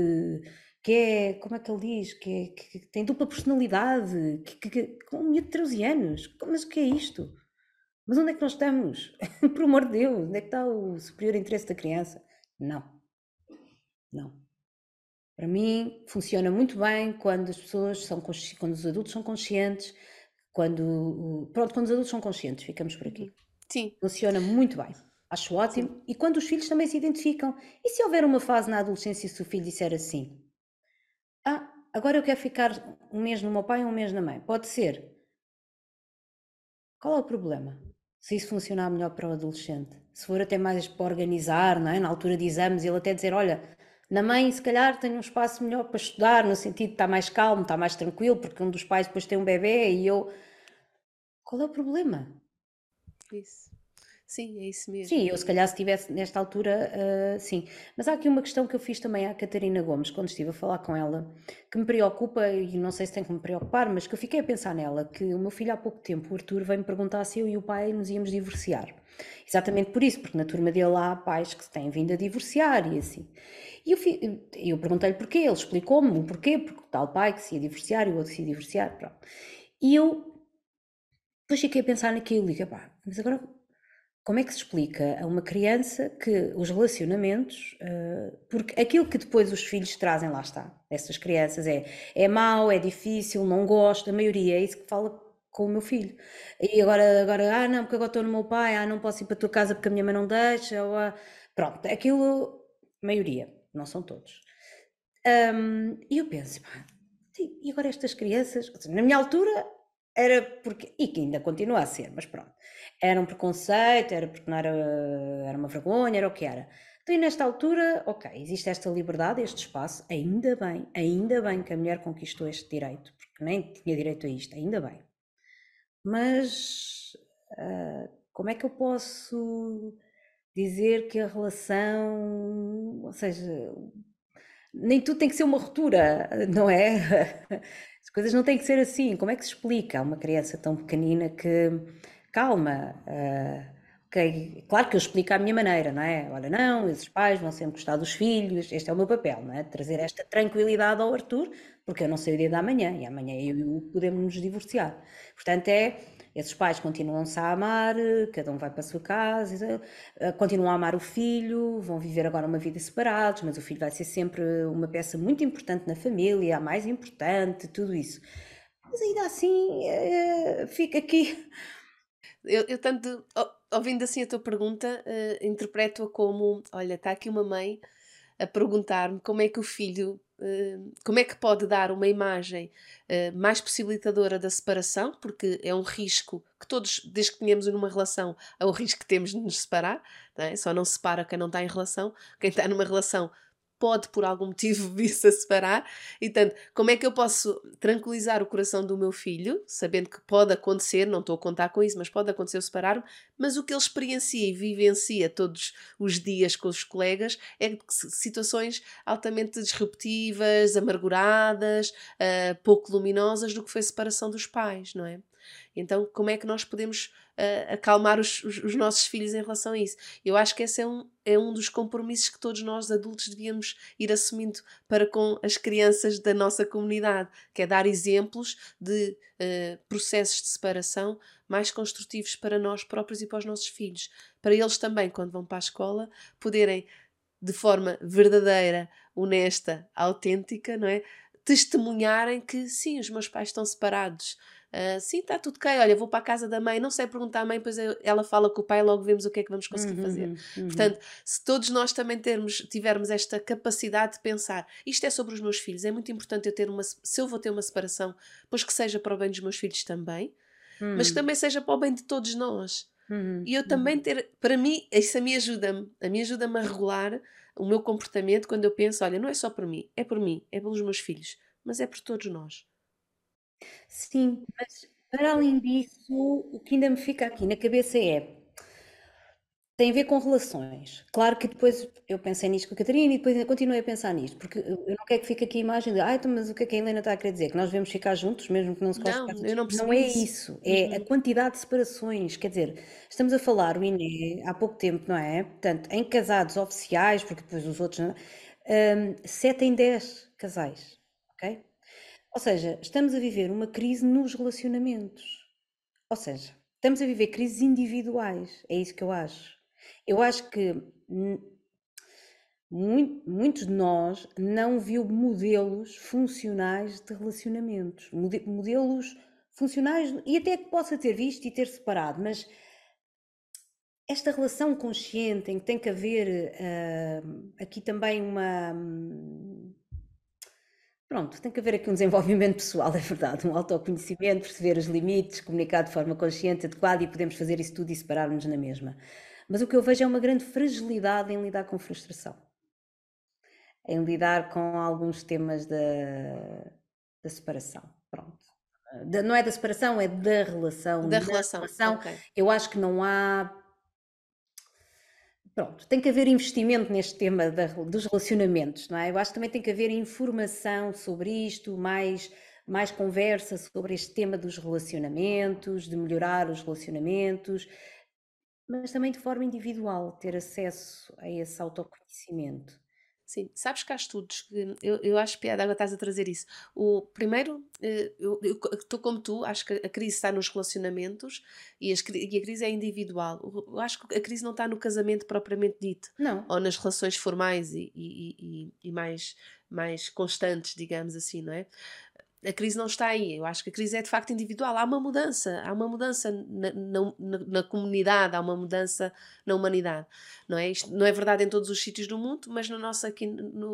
que é, como é que ele diz, que tem dupla personalidade, com um miúdo de 13 anos. Mas o que é isto? Mas onde é que nós estamos? Por amor de Deus, onde é que está o superior interesse da criança? Não. Para mim, funciona muito bem quando as pessoas quando os adultos são conscientes, quando os adultos são conscientes, ficamos por aqui. Sim. Funciona muito bem. Acho ótimo. Sim. E quando os filhos também se identificam. E se houver uma fase na adolescência e se o filho disser assim, agora eu quero ficar um mês no meu pai e um mês na mãe. Pode ser. Qual é o problema? Se isso funcionar melhor para o adolescente. Se for até mais para organizar, não é? Na altura de exames, ele até dizer, olha, na mãe se calhar tem um espaço melhor para estudar, no sentido de estar mais calmo, estar mais tranquilo, porque um dos pais depois tem um bebê e eu... Qual é o problema? Isso. Sim, é isso mesmo. Sim, eu se calhar se estivesse nesta altura, sim. Mas há aqui uma questão que eu fiz também à Catarina Gomes, quando estive a falar com ela, que me preocupa, e não sei se tem que me preocupar, mas que eu fiquei a pensar nela, que o meu filho há pouco tempo, o Arthur, veio-me perguntar se eu e o pai nos íamos divorciar. Exatamente por isso, porque na turma dele há pais que se têm vindo a divorciar e assim. E eu perguntei-lhe porquê, ele explicou-me o porquê, porque o tal pai que se ia divorciar e o outro que se ia divorciar, pronto. E eu depois fiquei a pensar naquilo e digo, pá, mas agora como é que se explica a uma criança que os relacionamentos, porque aquilo que depois os filhos trazem, lá está, essas crianças é mau, é difícil, não gosto, a maioria é isso que fala com o meu filho. E agora, não, porque agora estou no meu pai, não posso ir para a tua casa porque a minha mãe não deixa, pronto, aquilo, maioria, não são todos. E eu penso, pá, e agora estas crianças, na minha altura era porque, e que ainda continua a ser, mas pronto, era um preconceito, era porque não era uma vergonha, era o que era. Então, e nesta altura, ok, existe esta liberdade, este espaço, ainda bem que a mulher conquistou este direito, porque nem tinha direito a isto, ainda bem. Mas como é que eu posso dizer que a relação, ou seja, nem tudo tem que ser uma ruptura, não é? As coisas não têm que ser assim. Como é que se explica a uma criança tão pequenina que, calma, ok, claro que eu explico à minha maneira, não é? Olha, não, esses pais vão sempre gostar dos filhos, este é o meu papel, não é? Trazer esta tranquilidade ao Arthur, porque eu não sei o dia da manhã, e amanhã eu e o podemos nos divorciar. Portanto, esses pais continuam-se a amar, cada um vai para a sua casa, continuam a amar o filho, vão viver agora uma vida separados, mas o filho vai ser sempre uma peça muito importante na família, a mais importante, tudo isso. Mas ainda assim, fica aqui. Eu tanto, ouvindo assim a tua pergunta, interpreto-a como: olha, está aqui uma mãe a perguntar-me como é que o filho, como é que pode dar uma imagem mais possibilitadora da separação, porque é um risco que todos, desde que tenhamos numa relação, é o risco que temos de nos separar, não é? Só não se separa quem não está em relação, quem está numa relação pode por algum motivo vir-se a separar, e portanto, como é que eu posso tranquilizar o coração do meu filho, sabendo que pode acontecer, não estou a contar com isso, mas pode acontecer eu separar-me, mas o que ele experiencia e vivencia todos os dias com os colegas é situações altamente disruptivas, amarguradas, pouco luminosas do que foi a separação dos pais, não é? Então, como é que nós podemos acalmar os nossos filhos em relação a isso? Eu acho que esse é um dos compromissos que todos nós adultos devíamos ir assumindo para com as crianças da nossa comunidade, que é dar exemplos de processos de separação mais construtivos para nós próprios e para os nossos filhos. Para eles também, quando vão para a escola, poderem, de forma verdadeira, honesta, autêntica, não é? Testemunharem que sim, os meus pais estão separados. Sim, está tudo ok. Olha, vou para a casa da mãe, não sei perguntar à mãe, pois ela fala com o pai, logo vemos o que é que vamos conseguir fazer. Portanto, se todos nós também tivermos esta capacidade de pensar, isto é sobre os meus filhos, é muito importante eu ter se eu vou ter uma separação, pois que seja para o bem dos meus filhos também, mas que também seja para o bem de todos nós. E eu também para mim, isso a mim ajuda-me a regular o meu comportamento quando eu penso, olha, não é só por mim, é por mim, é pelos meus filhos, mas é por todos nós. Sim, mas para além disso, o que ainda me fica aqui na cabeça tem a ver com relações. Claro que depois eu pensei nisto com a Catarina e depois ainda continuei a pensar nisto, porque eu não quero que fique aqui a imagem de, então, mas o que é que a Helena está a querer dizer? Que nós devemos ficar juntos, mesmo que não se Não, gostem. eu não Não percebi é isso. isso, é a quantidade de separações. Quer dizer, estamos a falar, o INE, há pouco tempo, não é? Portanto, em casados oficiais, porque depois os outros, não é? 7 em 10 casais, ok? Ou seja, estamos a viver uma crise nos relacionamentos. Ou seja, estamos a viver crises individuais, é isso que eu acho. Eu acho que muitos de nós não viu modelos funcionais de relacionamentos, modelos funcionais, e até que possa ter visto e ter separado, mas esta relação consciente em que tem que haver aqui também Pronto, tem que haver aqui um desenvolvimento pessoal, é verdade, um autoconhecimento, perceber os limites, comunicar de forma consciente, adequada, e podemos fazer isso tudo e separar-nos na mesma. Mas o que eu vejo é uma grande fragilidade em lidar com frustração, em lidar com alguns temas da separação. Pronto. Não é da separação, é da relação. Da Na relação, relação, ok. eu acho que não há Pronto, tem que haver investimento neste tema dos relacionamentos, não é? Eu acho que também tem que haver informação sobre isto, mais conversa sobre este tema dos relacionamentos, de melhorar os relacionamentos, mas também de forma individual, ter acesso a esse autoconhecimento. Sim, sabes que há estudos que eu acho piada, agora estás a trazer isso. O primeiro, eu estou como tu, acho que a crise está nos relacionamentos e a crise é individual. Eu acho que a crise não está no casamento propriamente dito, Não, ou nas relações formais e mais constantes, digamos assim, não é? A crise não está aí. Eu acho que a crise é de facto individual. Há uma mudança na comunidade, há uma mudança na humanidade. Não é? Isto não é verdade em todos os sítios do mundo, mas na nossa aqui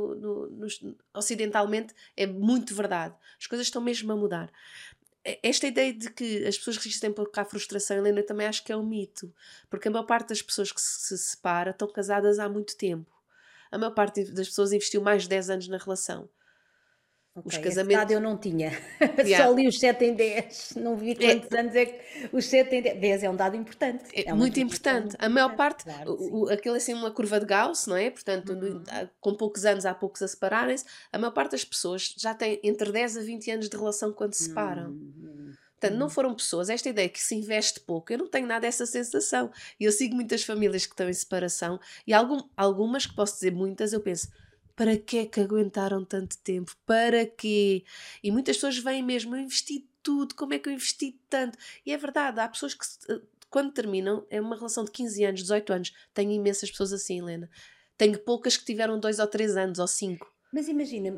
ocidentalmente é muito verdade. As coisas estão mesmo a mudar. Esta ideia de que as pessoas resistem porque há frustração, Helena, eu também acho que é um mito. Porque a maior parte das pessoas que se separa estão casadas há muito tempo. A maior parte das pessoas investiu mais de 10 anos na relação. ok, Os esse dado casamentos. eu não tinha. Yeah. Só li os 7 em 10. Não vi quantos anos é que os 7 em 10. 10 é um dado importante. É É uma muito informação importante. muito A maior importante. parte, Claro que sim. aquilo é assim uma curva de Gauss, não é? Portanto, com poucos anos há poucos a separarem-se. A maior parte das pessoas já tem entre 10 a 20 anos de relação quando se separam. Portanto, não foram pessoas. Esta ideia que se investe pouco, eu não tenho nada essa sensação. E eu sigo muitas famílias que estão em separação e algumas, que posso dizer muitas, eu penso, para que é que aguentaram tanto tempo? Para quê? E muitas pessoas vêm mesmo, eu investi tudo, como é que eu investi tanto? E é verdade, há pessoas que quando terminam, é uma relação de 15 anos, 18 anos. Tenho imensas pessoas assim, Helena. Tenho poucas que tiveram 2 ou 3 anos, ou 5. Mas imagina,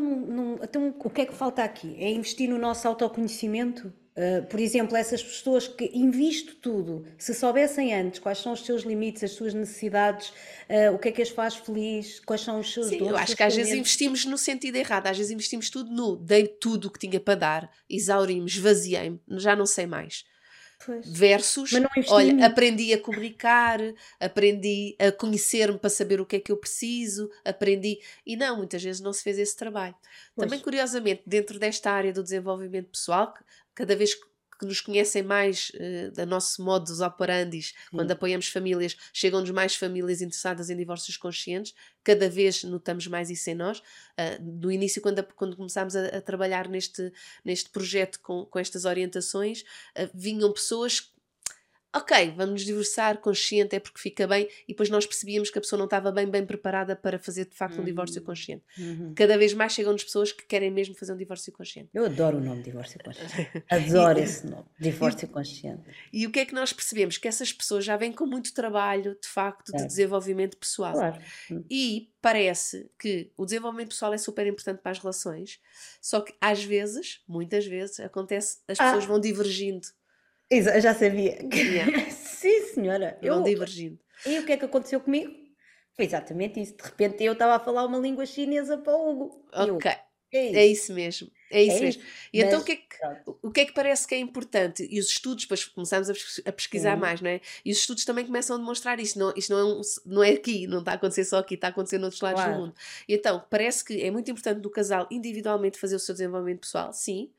então o que é que falta aqui? É investir no nosso autoconhecimento? Por exemplo, essas pessoas que investem tudo, se soubessem antes quais são os seus limites, as suas necessidades, o que é que as faz feliz, quais são os seus Sim, eu dons, os acho seus que às vezes talentos. investimos no sentido errado. Às vezes investimos tudo no dei tudo o que tinha para dar, exauri-me, esvaziei-me, já não sei mais. Pois. Mas Versus, não investi em olha, mim. aprendi a comunicar, aprendi a conhecer-me para saber o que é que eu preciso, aprendi. E não, muitas vezes não se fez esse trabalho. Pois. Também, curiosamente, dentro desta área do desenvolvimento pessoal, cada vez que nos conhecem mais da nosso modus operandi, quando apoiamos famílias, chegam-nos mais famílias interessadas em divórcios conscientes, cada vez notamos mais isso em nós. No início, quando começámos a trabalhar neste projeto com estas orientações, vinham pessoas. Ok, vamos nos divorciar, consciente, é porque fica bem, e depois nós percebíamos que a pessoa não estava bem preparada para fazer de facto um divórcio consciente. Cada vez mais chegam-nos pessoas que querem mesmo fazer um divórcio consciente. Eu adoro o nome divórcio consciente. Adoro esse nome, divórcio consciente. E o que é que nós percebemos? Que essas pessoas já vêm com muito trabalho, de facto, de desenvolvimento pessoal. Claro. E parece que o desenvolvimento pessoal é super importante para as relações, só que às vezes, muitas vezes, acontece, as pessoas vão divergindo. Eu já sabia. Yeah. Sim, senhora. Vão divergindo. E o que é que aconteceu comigo? Foi exatamente isso. De repente eu estava a falar uma língua chinesa para o Hugo. Ok. É isso mesmo. É isso mesmo. E então Mas, o que é que parece que é importante? E os estudos, depois começamos a pesquisar mais, não é? E os estudos também começam a demonstrar isto. Isto não é aqui, não está a acontecer só aqui, está a acontecer noutros lados do mundo. E então, parece que é muito importante do casal individualmente fazer o seu desenvolvimento pessoal, sim,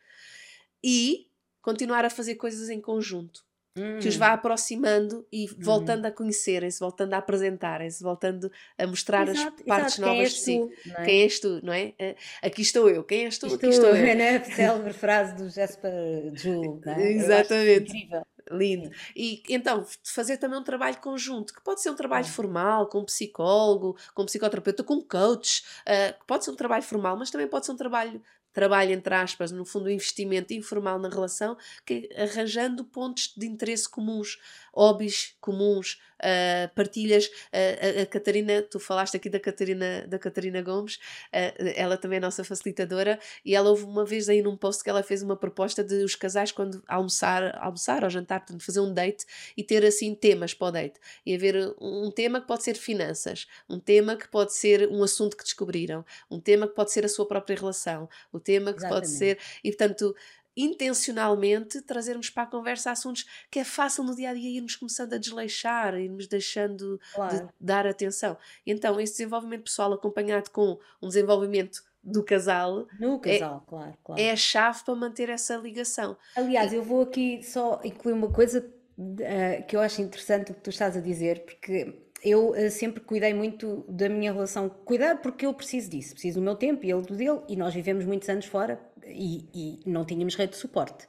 e continuar a fazer coisas em conjunto. Que os vá aproximando e voltando a conhecerem-se, voltando a apresentarem-se, voltando a mostrar as partes novas de si. Quem és tu, não é? Aqui estou eu. Quem és tu? Aqui estou eu. É, né? A célebre frase do Jasper Juhl, não é? Exatamente. Incrível. Lindo. Sim. E então, fazer também um trabalho conjunto, que pode ser um trabalho formal, com um psicólogo, com um psicoterapeuta, com um coach, que pode ser um trabalho formal, mas também pode ser um trabalho entre aspas, no fundo, um investimento informal na relação, que arranjando pontos de interesse comuns, hobbies comuns, partilhas. A Catarina, tu falaste aqui da Catarina Gomes, ela também é nossa facilitadora, e ela houve uma vez aí num post que ela fez uma proposta de os casais, quando almoçar ou jantar, portanto, fazer um date e ter assim temas para o date. E haver um tema que pode ser finanças, um tema que pode ser um assunto que descobriram, um tema que pode ser a sua própria relação, o tema que pode ser. E portanto, intencionalmente trazermos para a conversa assuntos que é fácil no dia a dia irmos começando a desleixar, irmos deixando de dar atenção. Então, esse desenvolvimento pessoal acompanhado com um desenvolvimento do casal, Claro. É a chave para manter essa ligação. Aliás, eu vou aqui só incluir uma coisa que eu acho interessante o que tu estás a dizer, porque eu sempre cuidei muito da minha relação. Cuidar porque eu preciso disso, preciso do meu tempo e ele do dele, e nós vivemos muitos anos fora e não tínhamos rede de suporte.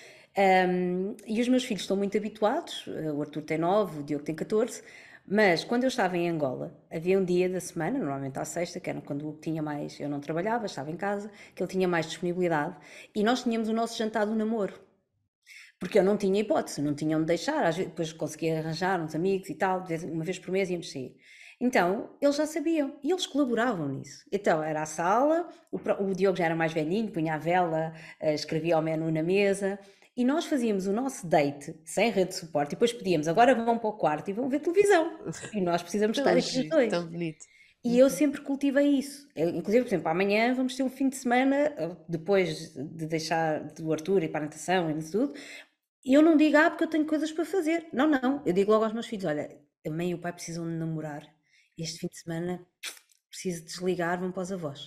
E os meus filhos estão muito habituados, o Arthur tem 9, o Diogo tem 14, mas quando eu estava em Angola, havia um dia da semana, normalmente à sexta, que era quando tinha mais, eu não trabalhava, estava em casa, que ele tinha mais disponibilidade, e nós tínhamos o nosso jantar do namoro. Porque eu não tinha hipótese, não tinha onde deixar, às vezes, depois conseguia arranjar uns amigos e tal, uma vez por mês íamos sair. Então, eles já sabiam e eles colaboravam nisso. Então, era a sala, o Diogo já era mais velhinho, punha a vela, escrevia o menu na mesa, e nós fazíamos o nosso date sem rede de suporte, e depois pedíamos, agora vão para o quarto e vão ver televisão. E nós precisamos estar aqui os dois. Tão bonito. E eu sempre cultivei isso. Inclusive, por exemplo, amanhã vamos ter um fim de semana, depois de deixar do Arthur ir para a natação e tudo, e eu não digo, porque eu tenho coisas para fazer. Não, não. Eu digo logo aos meus filhos, olha, a mãe e o pai precisam de namorar. Este fim de semana preciso desligar, vão para os avós.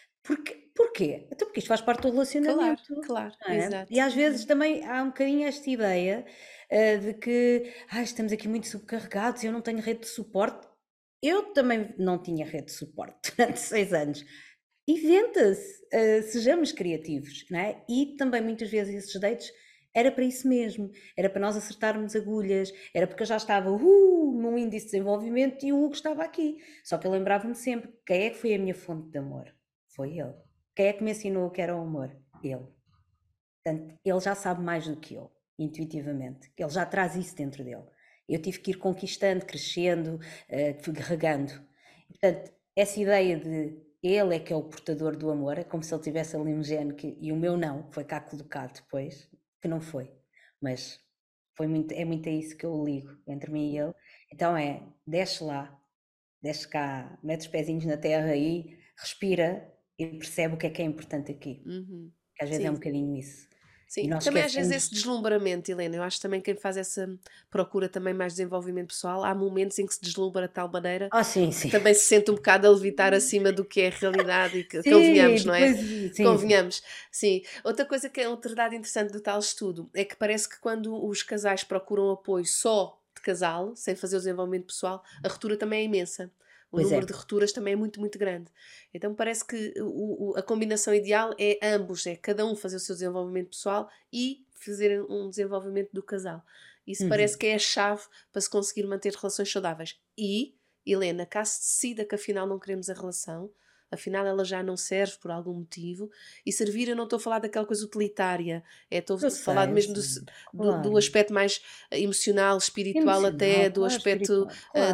Porquê? Então porque isto faz parte do relacionamento. Claro, exato. E às vezes também há um bocadinho esta ideia de que estamos aqui muito subcarregados e eu não tenho rede de suporte. Eu também não tinha rede de suporte durante 6 anos. Inventa-se, sejamos criativos, não é? E também muitas vezes esses dates era para isso mesmo, era para nós acertarmos agulhas, era porque eu já estava num índice de desenvolvimento e o Hugo estava aqui. Só que eu lembrava-me sempre, quem é que foi a minha fonte de amor? Foi ele. Quem é que me ensinou o que era o amor? Ele. Portanto, ele já sabe mais do que eu, intuitivamente. Ele já traz isso dentro dele. Eu tive que ir conquistando, crescendo, regando. Portanto, essa ideia de ele é que é o portador do amor, é como se ele tivesse ali um gene e o meu não, foi cá colocado depois, que não foi. Mas é muito a isso que eu ligo entre mim e ele. Então desce lá, desce cá, mete os pezinhos na terra aí, respira e percebe o que é importante aqui. Que às vezes é um bocadinho isso. Sim, também às vezes esse deslumbramento, Helena, eu acho também que quem faz essa procura também mais desenvolvimento pessoal, há momentos em que se deslumbra de tal maneira sim. que também se sente um bocado a levitar acima do que é a realidade e que convenhamos, não é? Convenhamos, sim. Outra coisa que é outro dado interessante do tal estudo é que parece que quando os casais procuram apoio só de casal, sem fazer o desenvolvimento pessoal, a ruptura também é imensa. O número de rupturas também é muito, muito grande. Então parece que a combinação ideal é ambos, é cada um fazer o seu desenvolvimento pessoal e fazer um desenvolvimento do casal. Isso parece que é a chave para se conseguir manter relações saudáveis. E, Helena, caso se decida que afinal não queremos a relação, afinal ela já não serve por algum motivo, e servir, eu não estou a falar daquela coisa utilitária, estou a falar mesmo do aspecto mais emocional, espiritual até, do aspecto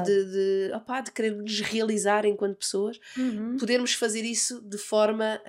de querer nos realizar enquanto pessoas, podermos fazer isso de forma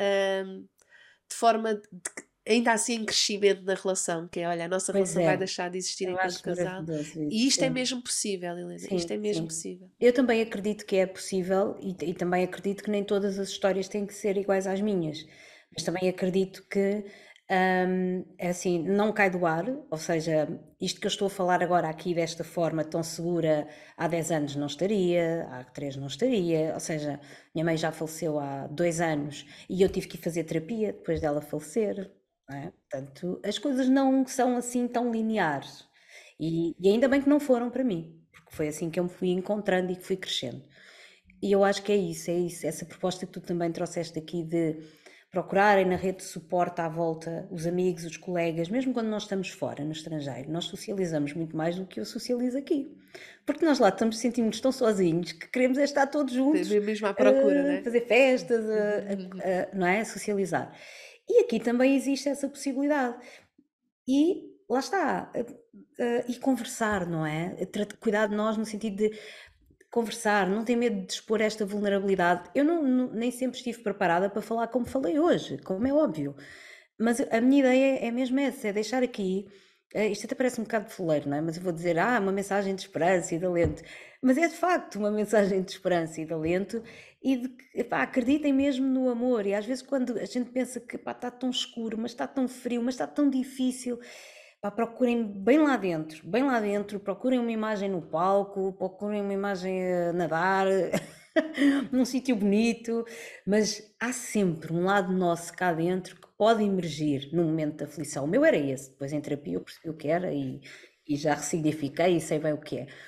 ainda assim em crescimento na relação, que é, olha, a nossa relação vai deixar de existir enquanto casal. E isto é mesmo possível, Helena, isto é mesmo possível. Eu também acredito que é possível e também acredito que nem todas as histórias têm que ser iguais às minhas, mas também acredito que é assim, não cai do ar, ou seja, isto que eu estou a falar agora aqui desta forma tão segura, há 10 anos não estaria, há 3 não estaria, ou seja, minha mãe já faleceu há 2 anos e eu tive que ir fazer terapia depois dela falecer. Portanto, as coisas não são assim tão lineares e ainda bem que não foram para mim, porque foi assim que eu me fui encontrando e que fui crescendo. E eu acho que é isso, essa proposta que tu também trouxeste aqui de procurarem na rede de suporte à volta os amigos, os colegas, mesmo quando nós estamos fora, no estrangeiro, nós socializamos muito mais do que eu socializo aqui, porque nós lá sentimos tão sozinhos que queremos estar todos juntos, mesmo à procura, não é? fazer festas, não é? Socializar. E aqui também existe essa possibilidade. E lá está. E conversar, não é? Cuidar de nós no sentido de conversar, não ter medo de expor esta vulnerabilidade. Eu nem sempre estive preparada para falar como falei hoje, como é óbvio. Mas a minha ideia é mesmo essa, é deixar aqui, isto até parece um bocado de fuleiro, não é? Mas eu vou dizer, uma mensagem de esperança e de alento. Mas é de facto uma mensagem de esperança e de alento e de que, acreditem mesmo no amor. E às vezes quando a gente pensa que está tão escuro, mas está tão frio, mas está tão difícil, procurem bem lá dentro, procurem uma imagem no palco, procurem uma imagem a nadar, num sítio bonito, mas há sempre um lado nosso cá dentro que pode emergir no momento da aflição. O meu era esse, depois em terapia eu percebi o que era e já ressignifiquei e sei bem o que é.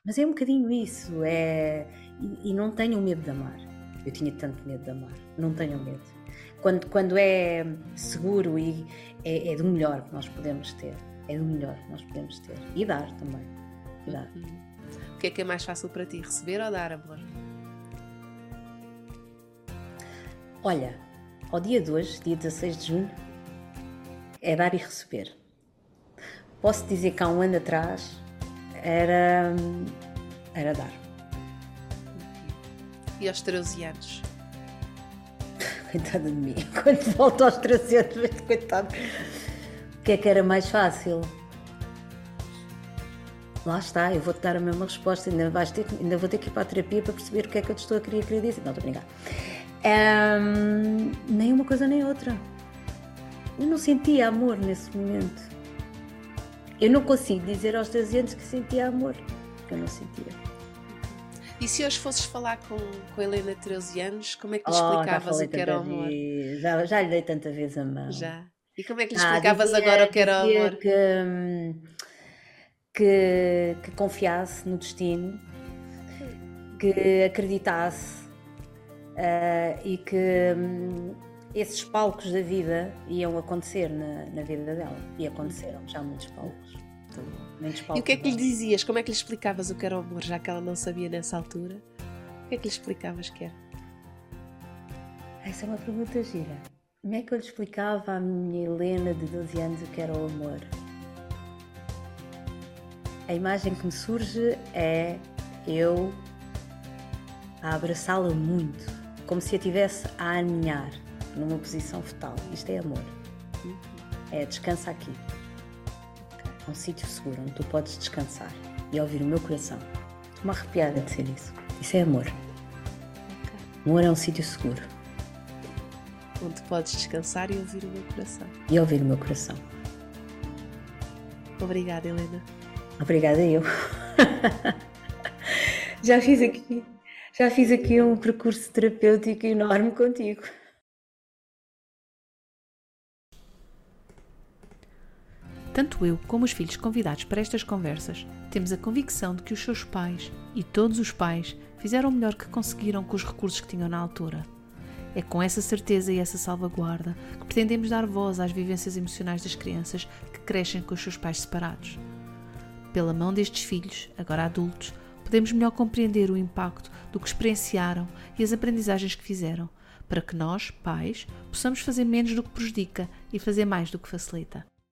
Mas é um bocadinho isso, e não tenham medo de amar. Eu tinha tanto medo de amar, não tenham medo. Quando é seguro e é do melhor que nós podemos ter, é do melhor que nós podemos ter. E dar também, dar. O que é mais fácil para ti, receber ou dar, amor? Olha, ao dia de hoje, dia 16 de junho, é dar e receber. Posso dizer que há um ano atrás era dar. E aos 13 anos? Coitada de mim, quando volto aos 13 anos, coitado. O que é que era mais fácil? Lá está, eu vou-te dar a mesma resposta, ainda vou ter que ir para a terapia para perceber o que é que eu te estou a querer dizer. Não, estou a brincar. Nem uma coisa nem outra. Eu não sentia amor nesse momento. Eu não consigo dizer aos 13 anos que sentia amor, porque eu não sentia. E se hoje fosses falar com a Helena de 13 anos, como é que lhe explicavas o que era o amor? Já lhe dei tanta vez a mão. Já. E como é que lhe explicavas agora o que era o amor? Que confiasse no destino, que acreditasse e que esses palcos da vida iam acontecer na vida dela. E aconteceram já muitos palcos. E o que é que lhe dizias? Como é que lhe explicavas o que era o amor, já que ela não sabia nessa altura? O que é que lhe explicavas que era? Essa é uma pergunta gira. Como é que eu lhe explicava à minha Helena de 12 anos o que era o amor? A imagem que me surge é eu a abraçá-la muito, como se a estivesse a aninhar numa posição fetal. Isto é amor. É descansa aqui. É um sítio seguro onde tu podes descansar e ouvir o meu coração. Estou-me arrepiada de ser isso. Isso é amor. Amor é um sítio seguro. Onde podes descansar e ouvir o meu coração. E ouvir o meu coração. Obrigada, Helena. Obrigada eu. Já fiz aqui um percurso terapêutico enorme contigo. Tanto eu como os filhos convidados para estas conversas temos a convicção de que os seus pais, e todos os pais, fizeram o melhor que conseguiram com os recursos que tinham na altura. É com essa certeza e essa salvaguarda que pretendemos dar voz às vivências emocionais das crianças que crescem com os seus pais separados. Pela mão destes filhos, agora adultos, podemos melhor compreender o impacto do que experienciaram e as aprendizagens que fizeram, para que nós, pais, possamos fazer menos do que prejudica e fazer mais do que facilita.